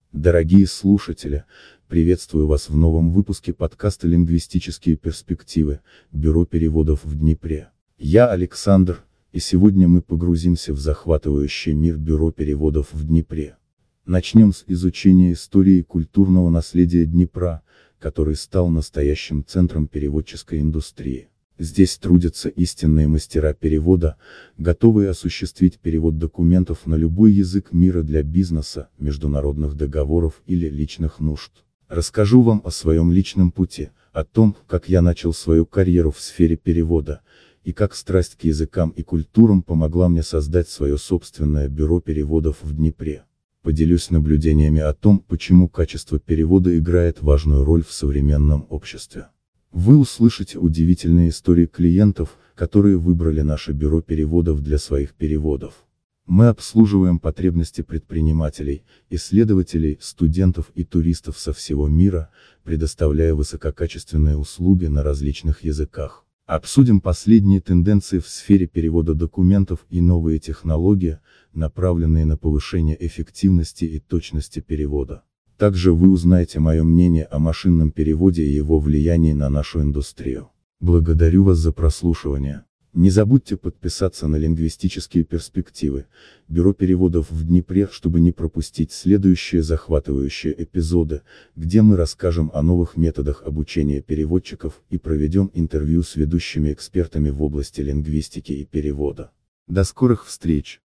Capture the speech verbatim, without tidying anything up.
Дорогие слушатели, приветствую вас в новом выпуске подкаста «Лингвистические перспективы. Бюро переводов в Днепре». Я Александр, и сегодня мы погрузимся в захватывающий мир Бюро переводов в Днепре. Начнем с изучения истории культурного наследия Днепра, который стал настоящим центром переводческой индустрии. Здесь трудятся истинные мастера перевода, готовые осуществить перевод документов на любой язык мира для бизнеса, международных договоров или личных нужд. Расскажу вам о своем личном пути, о том, как я начал свою карьеру в сфере перевода, и как страсть к языкам и культурам помогла мне создать свое собственное бюро переводов в Днепре. Поделюсь наблюдениями о том, почему качество перевода играет важную роль в современном обществе. Вы услышите удивительные истории клиентов, которые выбрали наше бюро переводов для своих переводов. Мы обслуживаем потребности предпринимателей, исследователей, студентов и туристов со всего мира, предоставляя высококачественные услуги на различных языках. Обсудим последние тенденции в сфере перевода документов и новые технологии, направленные на повышение эффективности и точности перевода. Также вы узнаете мое мнение о машинном переводе и его влиянии на нашу индустрию. Благодарю вас за прослушивание. Не забудьте подписаться на лингвистические перспективы, Бюро переводов в Днепре, чтобы не пропустить следующие захватывающие эпизоды, где мы расскажем о новых методах обучения переводчиков и проведем интервью с ведущими экспертами в области лингвистики и перевода. До скорых встреч!